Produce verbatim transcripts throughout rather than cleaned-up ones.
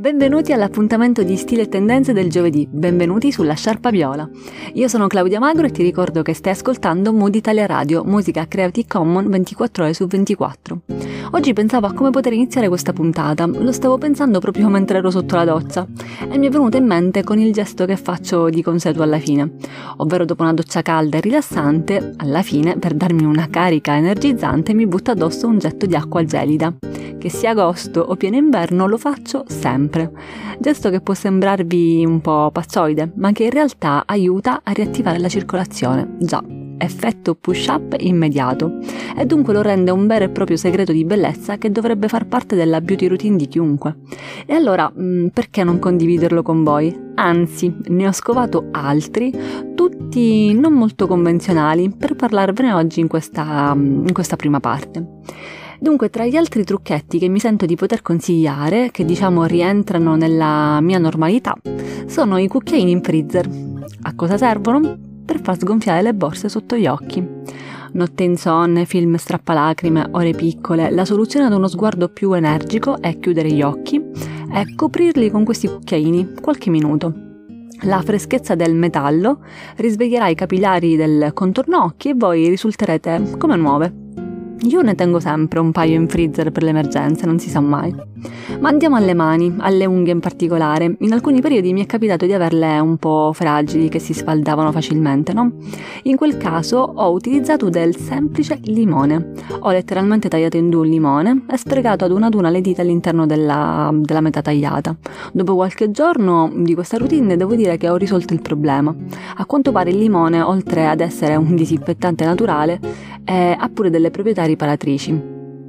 Benvenuti all'appuntamento di Stile e Tendenze del giovedì, benvenuti sulla Sciarpa Viola. Io sono Claudia Magro e ti ricordo che stai ascoltando Mood Italia Radio, musica Creative Commons ventiquattro ore su ventiquattro. Oggi pensavo a come poter iniziare questa puntata, lo stavo pensando proprio mentre ero sotto la doccia e mi è venuto in mente con il gesto che faccio di consueto alla fine, ovvero dopo una doccia calda e rilassante, alla fine per darmi una carica energizzante mi butto addosso un getto di acqua gelida. Che sia agosto o pieno inverno lo faccio sempre, gesto che può sembrarvi un po' pazzoide, ma che in realtà aiuta a riattivare la circolazione. Già, effetto push-up immediato, e dunque lo rende un vero e proprio segreto di bellezza che dovrebbe far parte della beauty routine di chiunque. E allora, perché non condividerlo con voi? Anzi, ne ho scovato altri, tutti non molto convenzionali, per parlarvene oggi in questa, in questa prima parte. Dunque, tra gli altri trucchetti che mi sento di poter consigliare, che diciamo rientrano nella mia normalità, sono i cucchiaini in freezer. A cosa servono? Per far sgonfiare le borse sotto gli occhi. Notte insonne, film strappalacrime, ore piccole, la soluzione ad uno sguardo più energico è chiudere gli occhi e coprirli con questi cucchiaini qualche minuto. La freschezza del metallo risveglierà i capillari del contorno occhi e voi risulterete come nuove. Io ne tengo sempre un paio in freezer per le emergenze, non si sa mai. Ma andiamo alle mani, alle unghie in particolare. In alcuni periodi mi è capitato di averle un po' fragili, che si sfaldavano facilmente, no? In quel caso ho utilizzato del semplice limone. Ho letteralmente tagliato in due un limone e sfregato ad una ad una le dita all'interno della, della metà tagliata. Dopo qualche giorno di questa routine devo dire che ho risolto il problema. A quanto pare il limone, oltre ad essere un disinfettante naturale, eh, ha pure delle proprietà riparatrici.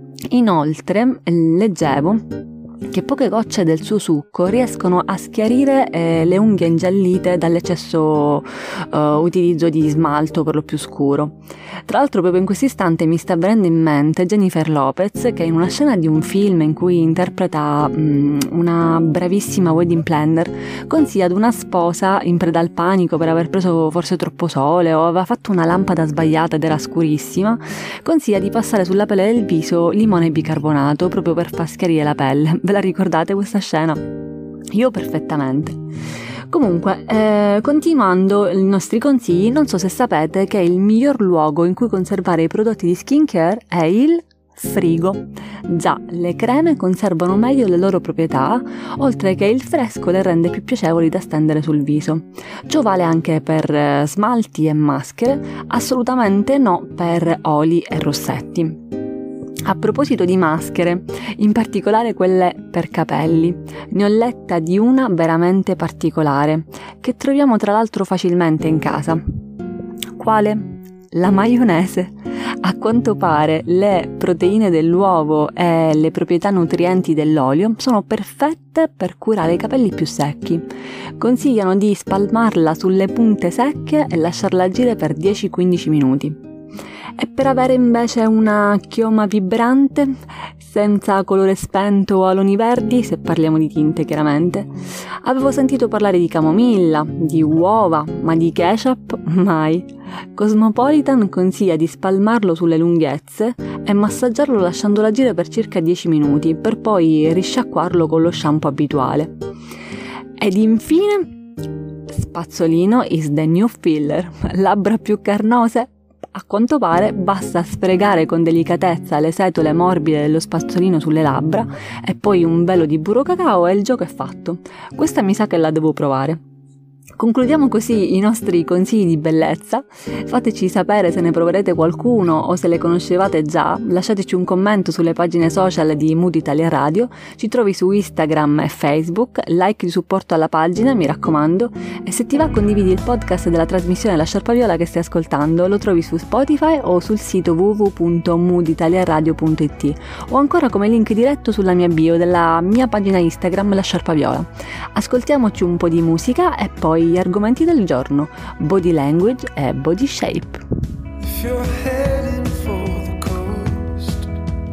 Inoltre leggevo che poche gocce del suo succo riescono a schiarire eh, le unghie ingiallite dall'eccesso eh, utilizzo di smalto per lo più scuro. Tra l'altro proprio in questo istante mi sta venendo in mente Jennifer Lopez, che in una scena di un film in cui interpreta mh, una bravissima wedding planner consiglia ad una sposa in preda al panico per aver preso forse troppo sole o aveva fatto una lampada sbagliata ed era scurissima, consiglia di passare sulla pelle del viso limone e bicarbonato proprio per far schiarire la pelle. Ve la ricordate questa scena? Io perfettamente. Comunque, eh, continuando i nostri consigli, non so se sapete che il miglior luogo in cui conservare i prodotti di skincare è il frigo. Già, le creme conservano meglio le loro proprietà, oltre che il fresco le rende più piacevoli da stendere sul viso. Ciò vale anche per eh, smalti e maschere, assolutamente no per oli e rossetti. A proposito di maschere, in particolare quelle per capelli, ne ho letta di una veramente particolare, che troviamo tra l'altro facilmente in casa. Quale? La maionese. A quanto pare le proteine dell'uovo e le proprietà nutrienti dell'olio sono perfette per curare i capelli più secchi. Consigliano di spalmarla sulle punte secche e lasciarla agire per dieci quindici minuti. E per avere invece una chioma vibrante, senza colore spento o aloni verdi, se parliamo di tinte chiaramente, avevo sentito parlare di camomilla, di uova, ma di ketchup mai. Cosmopolitan consiglia di spalmarlo sulle lunghezze e massaggiarlo lasciandolo agire per circa dieci minuti, per poi risciacquarlo con lo shampoo abituale. Ed infine, spazzolino is the new filler, labbra più carnose? A quanto pare basta sfregare con delicatezza le setole morbide dello spazzolino sulle labbra e poi un velo di burro cacao e il gioco è fatto. Questa mi sa che la devo provare. Concludiamo così i nostri consigli di bellezza. Fateci sapere se ne proverete qualcuno o se le conoscevate già. Lasciateci un commento sulle pagine social di Mood Italia Radio. Ci trovi su Instagram e Facebook. Like di supporto alla pagina, mi raccomando. E se ti va, condividi il podcast della trasmissione La Sciarpa Viola che stai ascoltando. Lo trovi su Spotify o sul sito w w w punto mood italia radio punto i t o ancora come link diretto sulla mia bio della mia pagina Instagram La Sciarpa Viola. Ascoltiamoci un po' di musica e poi gli argomenti del giorno, body language e body shape. If you're heading for the coast,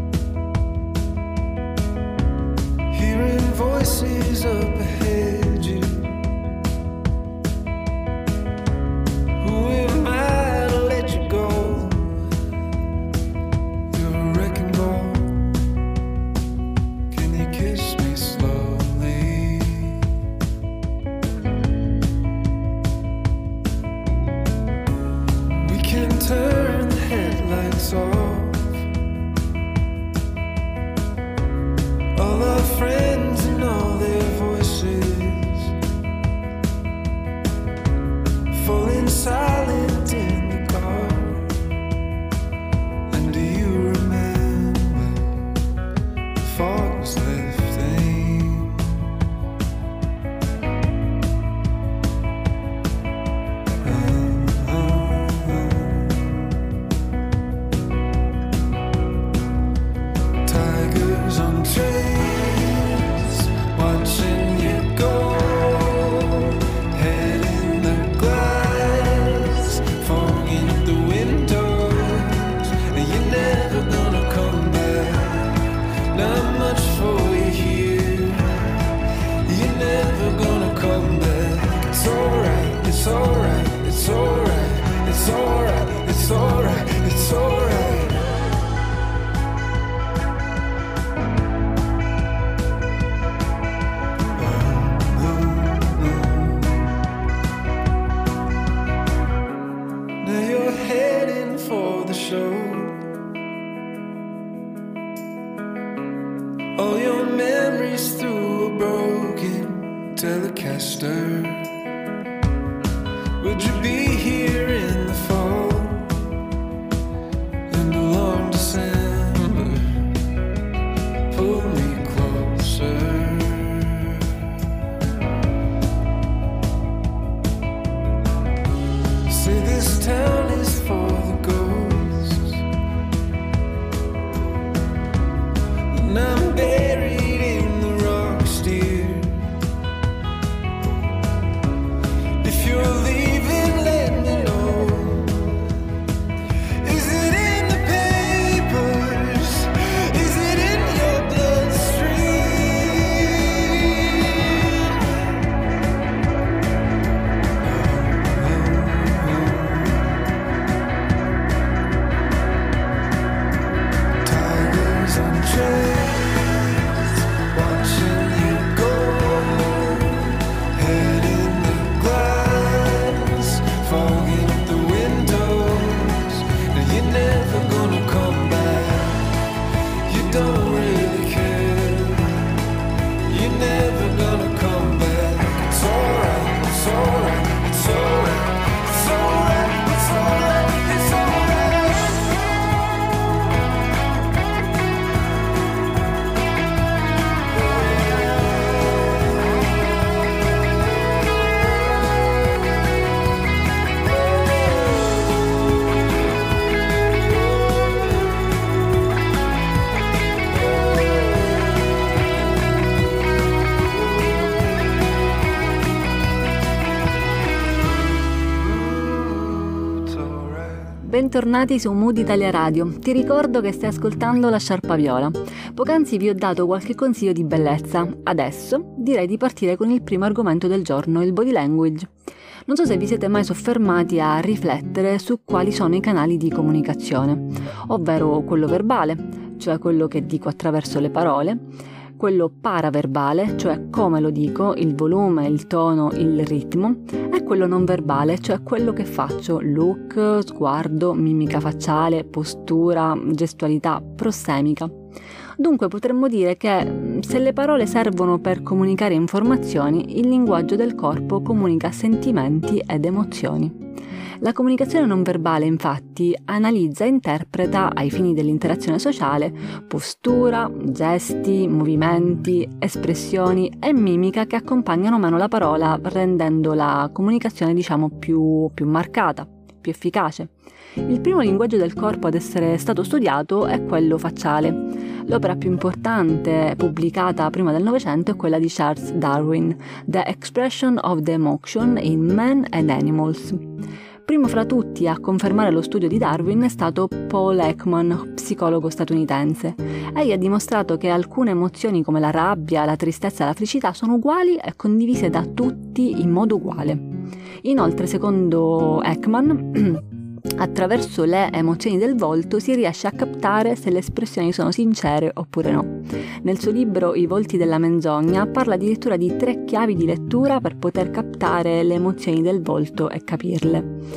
hearing voices up ahead you, who am I to let you go? You're a wrecking ball. Can you kiss me slowly? turn the headlights off. All our friends and all their voices falling silent in the car. And do you remember the fog was lifting? Tigers on trains, watching you go. Head in the glass, fog in the windows. And you're never gonna come back. Not much for you here. You're never gonna come back. It's alright, it's alright, it's alright, it's alright, it's alright, it's alright. Now you're heading for the show. All your memories through a broken Telecaster. Would you be here in the fall? In the long December, pull me closer. Say this town is for the ghosts, and I'm buried in the rocks, dear. If you're leaving, let me know. Is it in the papers? Is it in your bloodstream? Tigers on trains, watching you go. Head in the glass, fogging up the windows. Now you're never gonna come back. You don't really care. You're never gonna come back. It's alright, it's alright, it's alright, it's alright, it's alright, it's alright. It's alright. Bentornati su Mood Italia Radio. Ti ricordo che stai ascoltando La Sciarpa Viola. Poc'anzi vi ho dato qualche consiglio di bellezza. Adesso direi di partire con il primo argomento del giorno, il body language. Non so se vi siete mai soffermati a riflettere su quali sono i canali di comunicazione, ovvero quello verbale, cioè quello che dico attraverso le parole, quello paraverbale, cioè come lo dico, il volume, il tono, il ritmo, e quello non verbale, cioè quello che faccio, look, sguardo, mimica facciale, postura, gestualità, prossemica. Dunque potremmo dire che se le parole servono per comunicare informazioni, il linguaggio del corpo comunica sentimenti ed emozioni. La comunicazione non verbale, infatti, analizza e interpreta, ai fini dell'interazione sociale, postura, gesti, movimenti, espressioni e mimica che accompagnano meno la parola, rendendo la comunicazione, diciamo, più, più marcata, più efficace. Il primo linguaggio del corpo ad essere stato studiato è quello facciale. L'opera più importante pubblicata prima del Novecento è quella di Charles Darwin, The Expression of the Emotion in Men and Animals. Primo fra tutti a confermare lo studio di Darwin è stato Paul Ekman, psicologo statunitense. Egli ha dimostrato che alcune emozioni come la rabbia, la tristezza e la felicità sono uguali e condivise da tutti in modo uguale. Inoltre, secondo Ekman, attraverso le emozioni del volto si riesce a captare se le espressioni sono sincere oppure no. Nel suo libro I volti della menzogna parla addirittura di tre chiavi di lettura per poter captare le emozioni del volto e capirle.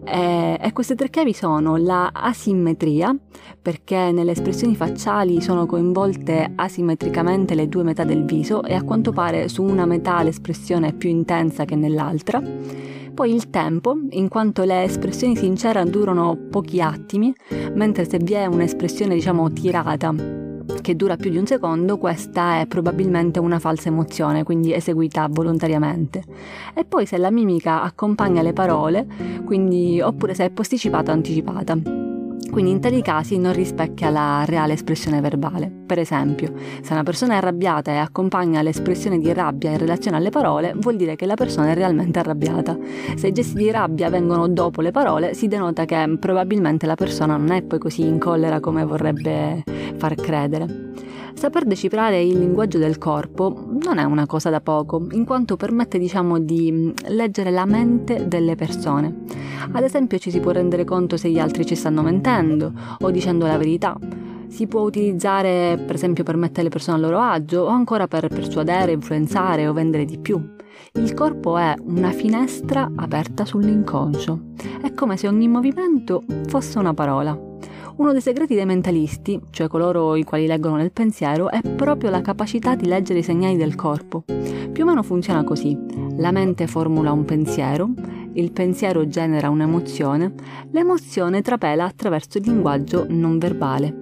E, e queste tre chiavi sono la asimmetria, perché nelle espressioni facciali sono coinvolte asimmetricamente le due metà del viso e a quanto pare su una metà l'espressione è più intensa che nell'altra. Poi il tempo, in quanto le espressioni sincere durano pochi attimi, mentre se vi è un'espressione diciamo tirata che dura più di un secondo, questa è probabilmente una falsa emozione, quindi eseguita volontariamente. E poi se la mimica accompagna le parole, quindi oppure se è posticipata o anticipata. Quindi in tali casi non rispecchia la reale espressione verbale. Per esempio, se una persona è arrabbiata e accompagna l'espressione di rabbia in relazione alle parole, vuol dire che la persona è realmente arrabbiata. Se i gesti di rabbia vengono dopo le parole, si denota che probabilmente la persona non è poi così in collera come vorrebbe far credere. Saper decifrare il linguaggio del corpo non è una cosa da poco, in quanto permette, diciamo, di leggere la mente delle persone. Ad esempio, ci si può rendere conto se gli altri ci stanno mentendo o dicendo la verità. Si può utilizzare, per esempio, per mettere le persone a loro agio o ancora per persuadere, influenzare o vendere di più. Il corpo è una finestra aperta sull'inconscio. È come se ogni movimento fosse una parola. Uno dei segreti dei mentalisti, cioè coloro i quali leggono nel pensiero, è proprio la capacità di leggere i segnali del corpo. Più o meno funziona così. La mente formula un pensiero, il pensiero genera un'emozione, l'emozione trapela attraverso il linguaggio non verbale.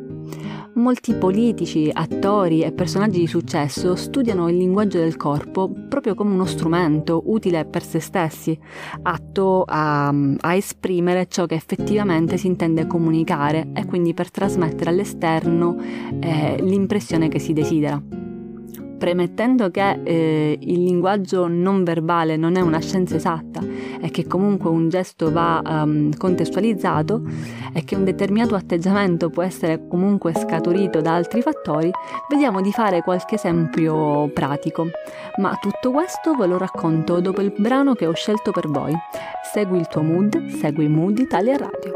Molti politici, attori e personaggi di successo studiano il linguaggio del corpo proprio come uno strumento utile per se stessi, atto a, a esprimere ciò che effettivamente si intende comunicare e quindi per trasmettere all'esterno eh, l'impressione che si desidera. Premettendo che eh, il linguaggio non verbale non è una scienza esatta e che comunque un gesto va um, contestualizzato e che un determinato atteggiamento può essere comunque scaturito da altri fattori, vediamo di fare qualche esempio pratico. Ma tutto questo ve lo racconto dopo il brano che ho scelto per voi. Segui il tuo mood, segui Mood Italia Radio.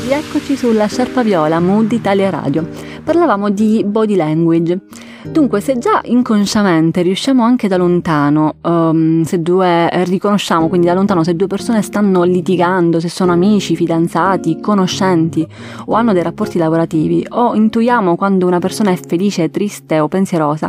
Rieccoci sulla Sciarpa Viola, Mood Italia Radio. Parlavamo di body language. Dunque, se già inconsciamente riusciamo anche da lontano, um, se due eh, riconosciamo quindi da lontano se due persone stanno litigando, se sono amici, fidanzati, conoscenti o hanno dei rapporti lavorativi, o intuiamo quando una persona è felice, triste o pensierosa,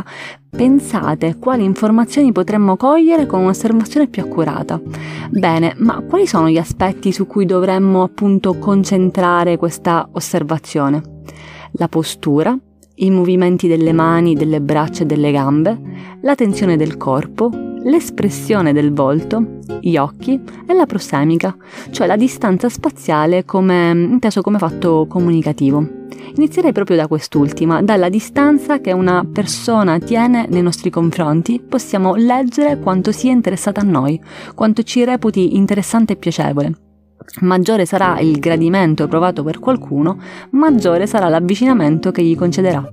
pensate quali informazioni potremmo cogliere con un'osservazione più accurata. Bene, ma quali sono gli aspetti su cui dovremmo appunto concentrare questa osservazione? La postura, i movimenti delle mani, delle braccia e delle gambe, la tensione del corpo, l'espressione del volto, gli occhi e la prossemica, cioè la distanza spaziale come, inteso come fatto comunicativo. Inizierei proprio da quest'ultima, dalla distanza che una persona tiene nei nostri confronti, possiamo leggere quanto sia interessata a noi, quanto ci reputi interessante e piacevole. Maggiore sarà il gradimento provato per qualcuno, maggiore sarà l'avvicinamento che gli concederà.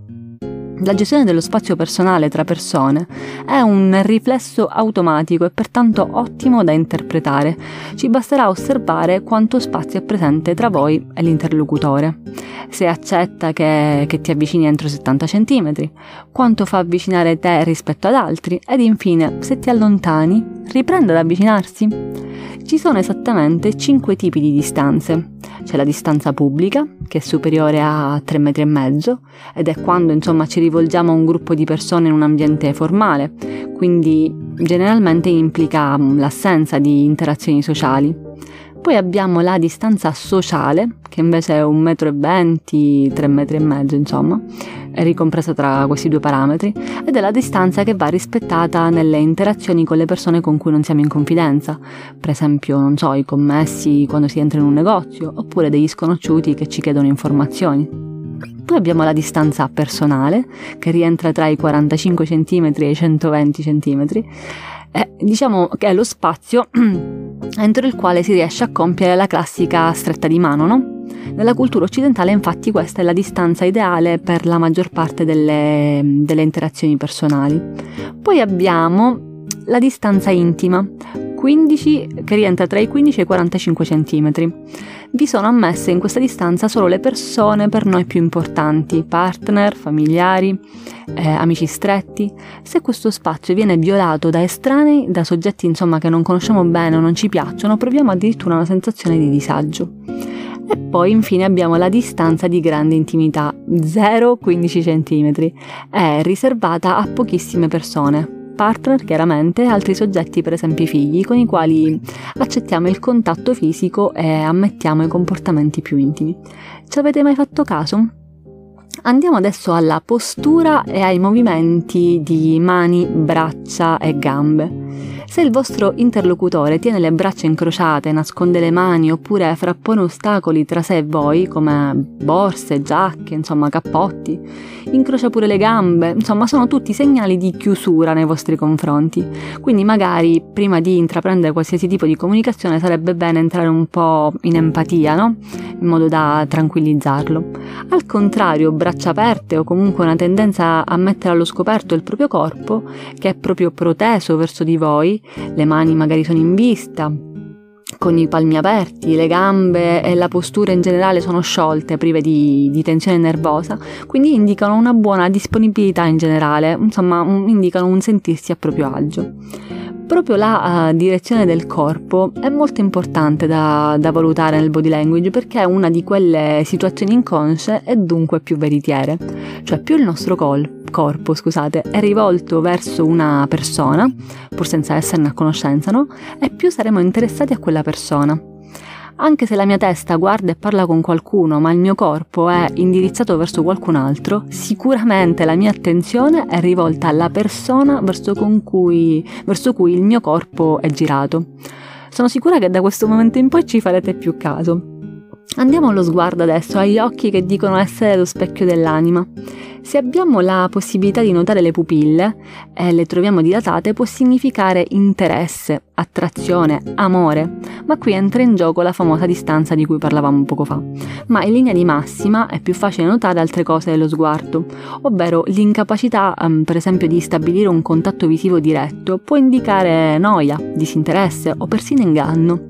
La gestione dello spazio personale tra persone è un riflesso automatico e pertanto ottimo da interpretare. Ci basterà osservare quanto spazio è presente tra voi e l'interlocutore. Se accetta che, che ti avvicini entro settanta centimetri, quanto fa avvicinare te rispetto ad altri ed infine, se ti allontani, riprende ad avvicinarsi. Ci sono esattamente cinque tipi di distanze. C'è la distanza pubblica, che è superiore a tre metri e mezzo, ed è quando insomma ci rivolgiamo a un gruppo di persone in un ambiente formale, quindi generalmente implica l'assenza di interazioni sociali. Poi abbiamo la distanza sociale, che invece è un metro e venti, tre metri e mezzo, insomma, è ricompresa tra questi due parametri, ed è la distanza che va rispettata nelle interazioni con le persone con cui non siamo in confidenza, per esempio, non so, i commessi quando si entra in un negozio, oppure degli sconosciuti che ci chiedono informazioni. Poi abbiamo la distanza personale, che rientra tra i quarantacinque centimetri e i centoventi centimetri, e diciamo che è lo spazio entro il quale si riesce a compiere la classica stretta di mano, no? Nella cultura occidentale, infatti, questa è la distanza ideale per la maggior parte delle, delle interazioni personali. Poi abbiamo la distanza intima, quindici, che rientra tra i quindici e i quarantacinque centimetri. Vi sono ammesse in questa distanza solo le persone per noi più importanti, partner, familiari, eh, amici stretti. Se questo spazio viene violato da estranei, da soggetti insomma che non conosciamo bene o non ci piacciono, proviamo addirittura una sensazione di disagio. E poi infine abbiamo la distanza di grande intimità, zero virgola quindici centimetri. È riservata a pochissime persone, partner chiaramente, altri soggetti, per esempio i figli, con i quali accettiamo il contatto fisico e ammettiamo i comportamenti più intimi. Ci avete mai fatto caso? Andiamo adesso alla postura e ai movimenti di mani, braccia e gambe. Se il vostro interlocutore tiene le braccia incrociate, nasconde le mani oppure frappone ostacoli tra sé e voi, come borse, giacche, insomma cappotti, incrocia pure le gambe, insomma sono tutti segnali di chiusura nei vostri confronti. Quindi magari prima di intraprendere qualsiasi tipo di comunicazione sarebbe bene entrare un po' in empatia, no? In modo da tranquillizzarlo. Al contrario, braccia aperte o comunque una tendenza a mettere allo scoperto il proprio corpo, che è proprio proteso verso di voi, le mani magari sono in vista, con i palmi aperti, le gambe e la postura in generale sono sciolte, prive di, di tensione nervosa, quindi indicano una buona disponibilità in generale, insomma un, indicano un sentirsi a proprio agio. Proprio la uh, direzione del corpo è molto importante da, da valutare nel body language, perché è una di quelle situazioni inconsce e dunque più veritiere. Cioè più il nostro col- corpo scusate, è rivolto verso una persona, pur senza esserne a conoscenza, no? E più saremo interessati a quella persona. Anche se la mia testa guarda e parla con qualcuno, ma il mio corpo è indirizzato verso qualcun altro, sicuramente la mia attenzione è rivolta alla persona verso, con cui, verso cui il mio corpo è girato. Sono sicura che da questo momento in poi ci farete più caso. Andiamo allo sguardo adesso, agli occhi che dicono essere lo specchio dell'anima. Se abbiamo la possibilità di notare le pupille e le troviamo dilatate, può significare interesse, attrazione, amore, ma qui entra in gioco la famosa distanza di cui parlavamo poco fa. Ma in linea di massima è più facile notare altre cose dello sguardo, ovvero l'incapacità, um, per esempio, di stabilire un contatto visivo diretto può indicare noia, disinteresse o persino inganno.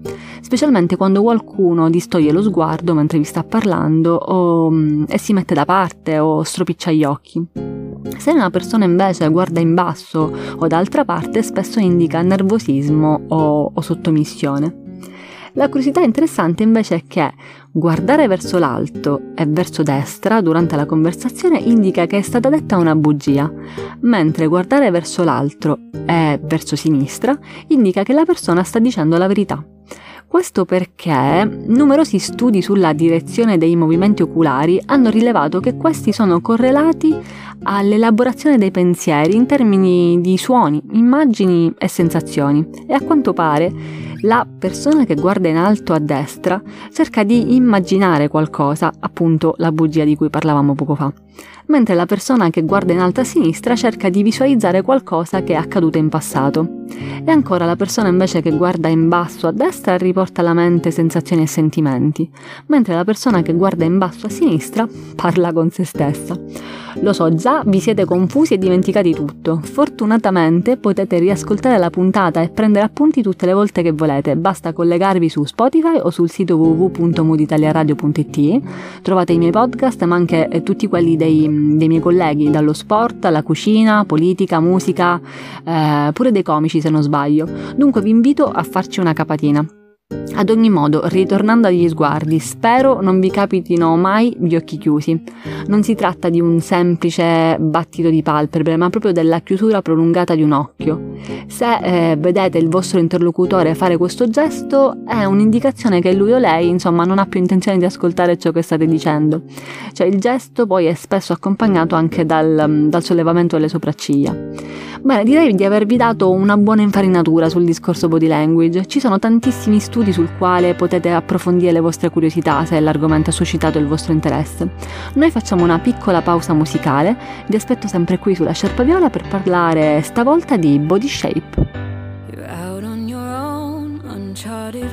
specialmente quando qualcuno distoglie lo sguardo mentre vi sta parlando o, e si mette da parte o stropiccia gli occhi. Se una persona invece guarda in basso o d'altra parte, spesso indica nervosismo o, o sottomissione. La curiosità interessante invece è che guardare verso l'alto e verso destra durante la conversazione indica che è stata detta una bugia, mentre guardare verso l'alto e verso sinistra indica che la persona sta dicendo la verità. Questo perché numerosi studi sulla direzione dei movimenti oculari hanno rilevato che questi sono correlati all'elaborazione dei pensieri in termini di suoni, immagini e sensazioni, e a quanto pare la persona che guarda in alto a destra cerca di immaginare qualcosa, appunto la bugia di cui parlavamo poco fa, mentre la persona che guarda in alto a sinistra cerca di visualizzare qualcosa che è accaduto in passato. E ancora la persona invece che guarda in basso a destra riporta alla mente sensazioni e sentimenti, mentre la persona che guarda in basso a sinistra parla con se stessa. Lo so, già vi siete confusi e dimenticati tutto. Fortunatamente potete riascoltare la puntata e prendere appunti tutte le volte che volete. Basta collegarvi su Spotify o sul sito w w w punto mood italia radio punto i t. Trovate i miei podcast, ma anche eh, tutti quelli dei, dei miei colleghi, dallo sport alla cucina, politica, musica, eh, pure dei comici se non sbaglio. Dunque vi invito a farci una capatina. Ad ogni modo, ritornando agli sguardi, spero non vi capitino mai gli occhi chiusi. Non si tratta di un semplice battito di palpebre, ma proprio della chiusura prolungata di un occhio. Se eh, vedete il vostro interlocutore fare questo gesto, è un'indicazione che lui o lei, insomma, non ha più intenzione di ascoltare ciò che state dicendo. Cioè, il gesto poi è spesso accompagnato anche dal, dal sollevamento delle sopracciglia. Bene, direi di avervi dato una buona infarinatura sul discorso body language. Ci sono tantissimi studi sul quale potete approfondire le vostre curiosità se l'argomento ha suscitato il vostro interesse. Noi facciamo una piccola pausa musicale, vi aspetto sempre qui sulla Sciarpa Viola per parlare stavolta di body shape. You're out on your own, uncharted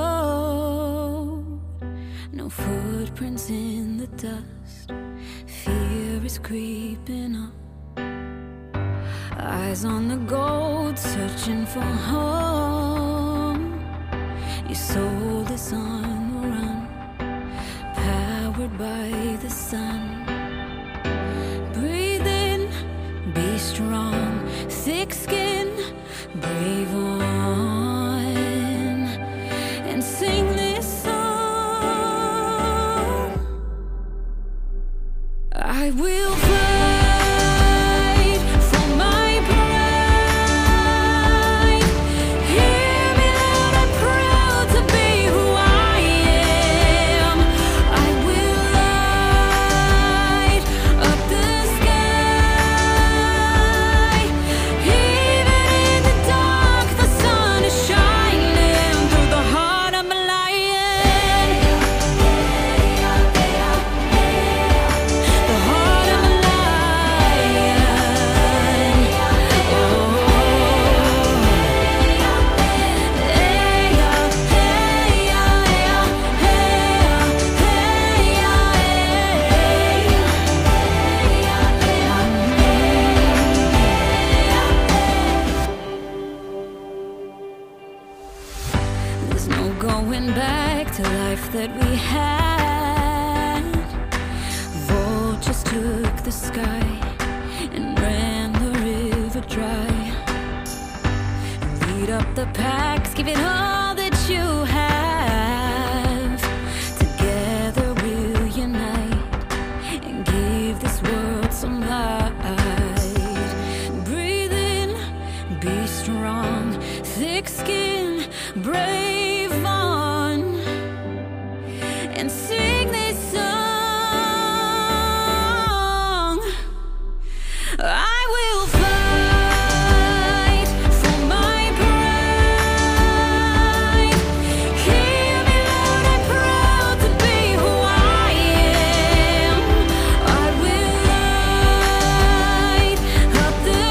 road. No footprints in the dust. Fear is creeping up. Eyes on the gold, searching for home. Your soul is on the run, powered by the sun. Breathe in, be strong, thick skin, brave on, and sing this song. I will fight. That we had, vultures took the sky and ran the river dry. Lead up the packs, give it all that you have. Together we'll unite and give this world some light. Breathe in, be strong, thick skin, brave. And sing this song. I will fight for my pride. Hear me loud and proud to be who I am. I will light up the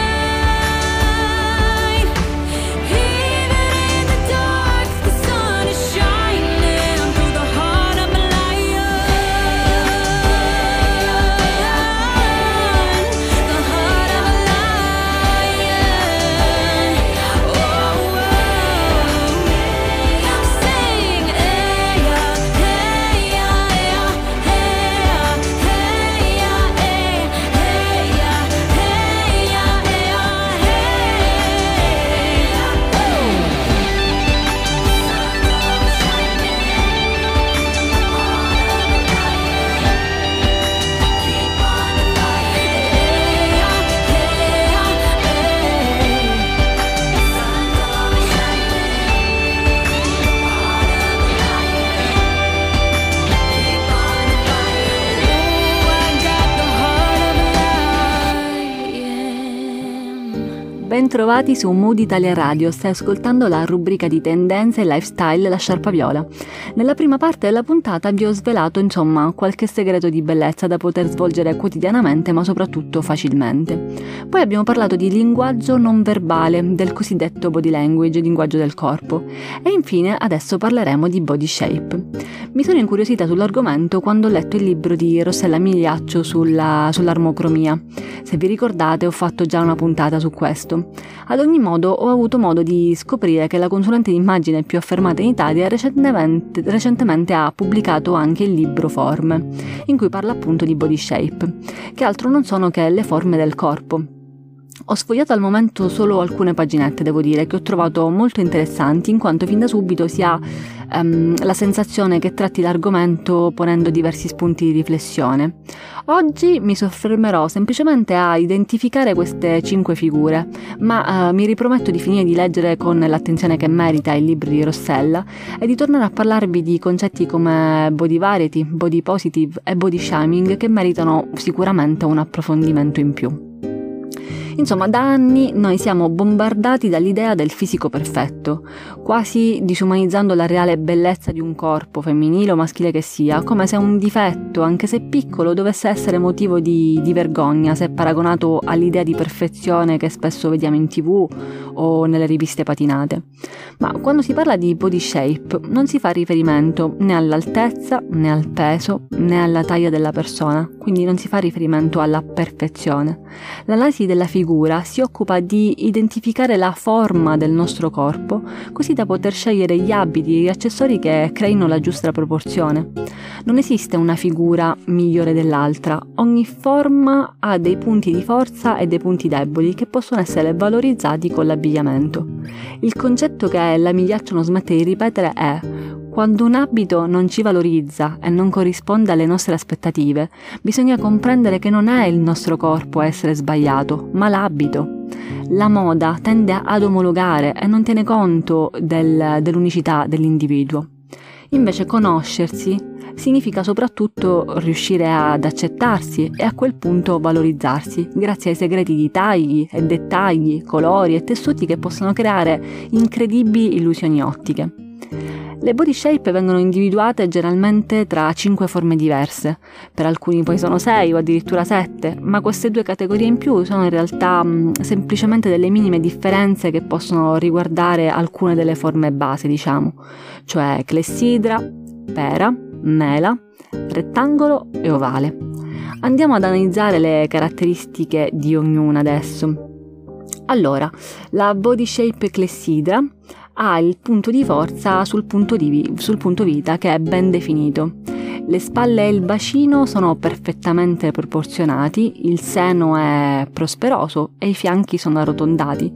sky. Even in the dark, the sun is shining through the heart of a lion. Bentrovati su Mood Italia Radio, stai ascoltando la rubrica di tendenze e lifestyle La Sciarpa Viola. Nella prima parte della puntata vi ho svelato insomma qualche segreto di bellezza da poter svolgere quotidianamente ma soprattutto facilmente. Poi abbiamo parlato di linguaggio non verbale, del cosiddetto body language, linguaggio del corpo. E infine adesso parleremo di body shape. Mi sono incuriosita sull'argomento quando ho letto il libro di Rossella Migliaccio sulla, sull'armocromia. Se vi ricordate ho fatto già una puntata su questo. Ad ogni modo ho avuto modo di scoprire che la consulente d'immagine più affermata in Italia recentemente, recentemente ha pubblicato anche il libro Forme, in cui parla appunto di body shape, che altro non sono che le forme del corpo. Ho sfogliato al momento solo alcune paginette, devo dire, che ho trovato molto interessanti, in quanto fin da subito si ha um, la sensazione che tratti l'argomento ponendo diversi spunti di riflessione. Oggi mi soffermerò semplicemente a identificare queste cinque figure, ma uh, mi riprometto di finire di leggere con l'attenzione che merita il libro di Rossella e di tornare a parlarvi di concetti come body variety, body positive e body shaming che meritano sicuramente un approfondimento in più. Insomma, da anni noi siamo bombardati dall'idea del fisico perfetto, quasi disumanizzando la reale bellezza di un corpo, femminile o maschile che sia, come se un difetto, anche se piccolo, dovesse essere motivo di, di vergogna se paragonato all'idea di perfezione che spesso vediamo in tv o nelle riviste patinate. Ma quando si parla di body shape non si fa riferimento né all'altezza, né al peso, né alla taglia della persona, quindi non si fa riferimento alla perfezione. L'analisi della figura si occupa di identificare la forma del nostro corpo, così da poter scegliere gli abiti e gli accessori che creino la giusta proporzione. Non esiste una figura migliore dell'altra, ogni forma ha dei punti di forza e dei punti deboli che possono essere valorizzati con l'abbigliamento. Il concetto che la Migliaccio non smette di ripetere è: quando un abito non ci valorizza e non corrisponde alle nostre aspettative, bisogna comprendere che non è il nostro corpo a essere sbagliato, ma l'abito. La moda tende ad omologare e non tiene conto del, dell'unicità dell'individuo. Invece conoscersi significa soprattutto riuscire ad accettarsi e a quel punto valorizzarsi, grazie ai segreti di tagli e dettagli, colori e tessuti che possono creare incredibili illusioni ottiche. Le body shape vengono individuate generalmente tra cinque forme diverse, per alcuni poi sono sei o addirittura sette, ma queste due categorie in più sono in realtà mh, semplicemente delle minime differenze che possono riguardare alcune delle forme base, diciamo, cioè clessidra, pera, mela, rettangolo e ovale. Andiamo ad analizzare le caratteristiche di ognuna adesso. Allora, la body shape clessidra ha il punto di forza sul punto, di, sul punto vita che è ben definito. Le spalle e il bacino sono perfettamente proporzionati, il seno è prosperoso e i fianchi sono arrotondati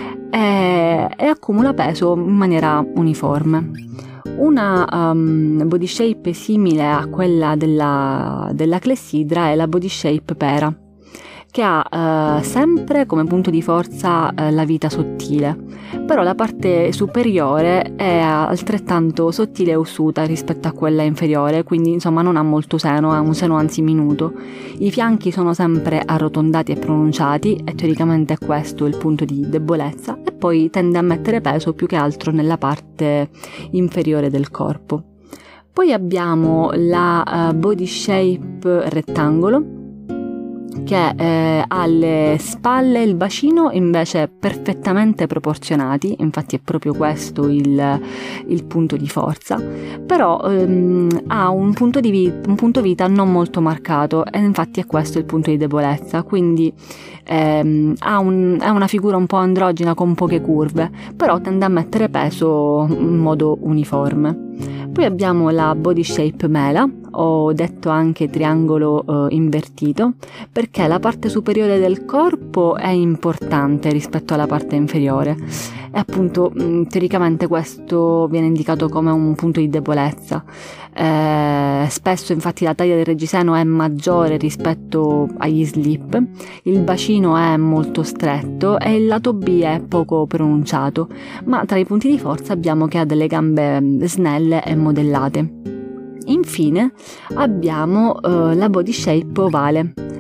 e, e accumula peso in maniera uniforme. Una um, body shape simile a quella della, della clessidra è la body shape pera, che ha uh, sempre come punto di forza uh, la vita sottile, però la parte superiore è altrettanto sottile e ossuta rispetto a quella inferiore, quindi insomma non ha molto seno, ha un seno anzi minuto. I fianchi sono sempre arrotondati e pronunciati e teoricamente è questo il punto di debolezza, e poi tende a mettere peso più che altro nella parte inferiore del corpo. Poi abbiamo la uh, body shape rettangolo, che eh, ha le spalle e il bacino invece perfettamente proporzionati, infatti è proprio questo il, il punto di forza, però ehm, ha un punto, di vi- un punto vita non molto marcato e infatti è questo il punto di debolezza, quindi ehm, ha, un, ha una figura un po' androgina con poche curve, però tende a mettere peso in modo uniforme. Poi abbiamo la body shape mela, o detto anche triangolo eh, invertito, perché la parte superiore del corpo è importante rispetto alla parte inferiore e appunto mh, teoricamente questo viene indicato come un punto di debolezza. Eh, spesso infatti la taglia del reggiseno è maggiore rispetto agli slip, il bacino è molto stretto e il lato B è poco pronunciato, ma tra i punti di forza abbiamo che ha delle gambe snelle e modellate. Infine abbiamo uh, la body shape ovale,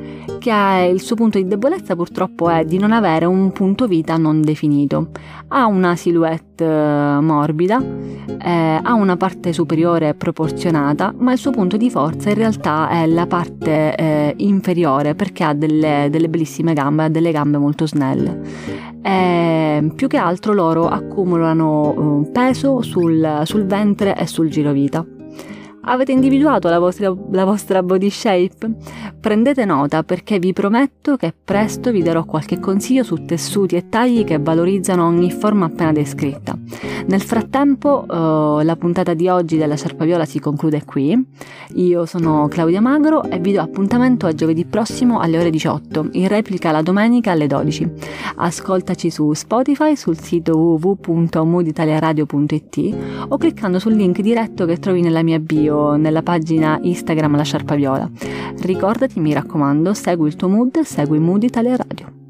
perché il suo punto di debolezza purtroppo è di non avere un punto vita non definito. Ha una silhouette eh, morbida, eh, ha una parte superiore proporzionata, ma il suo punto di forza in realtà è la parte eh, inferiore, perché ha delle, delle bellissime gambe, ha delle gambe molto snelle. E più che altro loro accumulano eh, peso sul, sul ventre e sul girovita. Avete individuato la vostra, la vostra body shape? Prendete nota, perché vi prometto che presto vi darò qualche consiglio su tessuti e tagli che valorizzano ogni forma appena descritta. Nel frattempo eh, la puntata di oggi della Sciarpa Viola si conclude qui. Io sono Claudia Magro e vi do appuntamento a giovedì prossimo alle ore diciotto, in replica la domenica alle dodici. Ascoltaci su Spotify, sul sito w w w punto mood italia radio punto i t o cliccando sul link diretto che trovi nella mia bio nella pagina Instagram La Sciarpa Viola. Ricordati, mi raccomando, segui il tuo mood, segui Mood Italia Radio.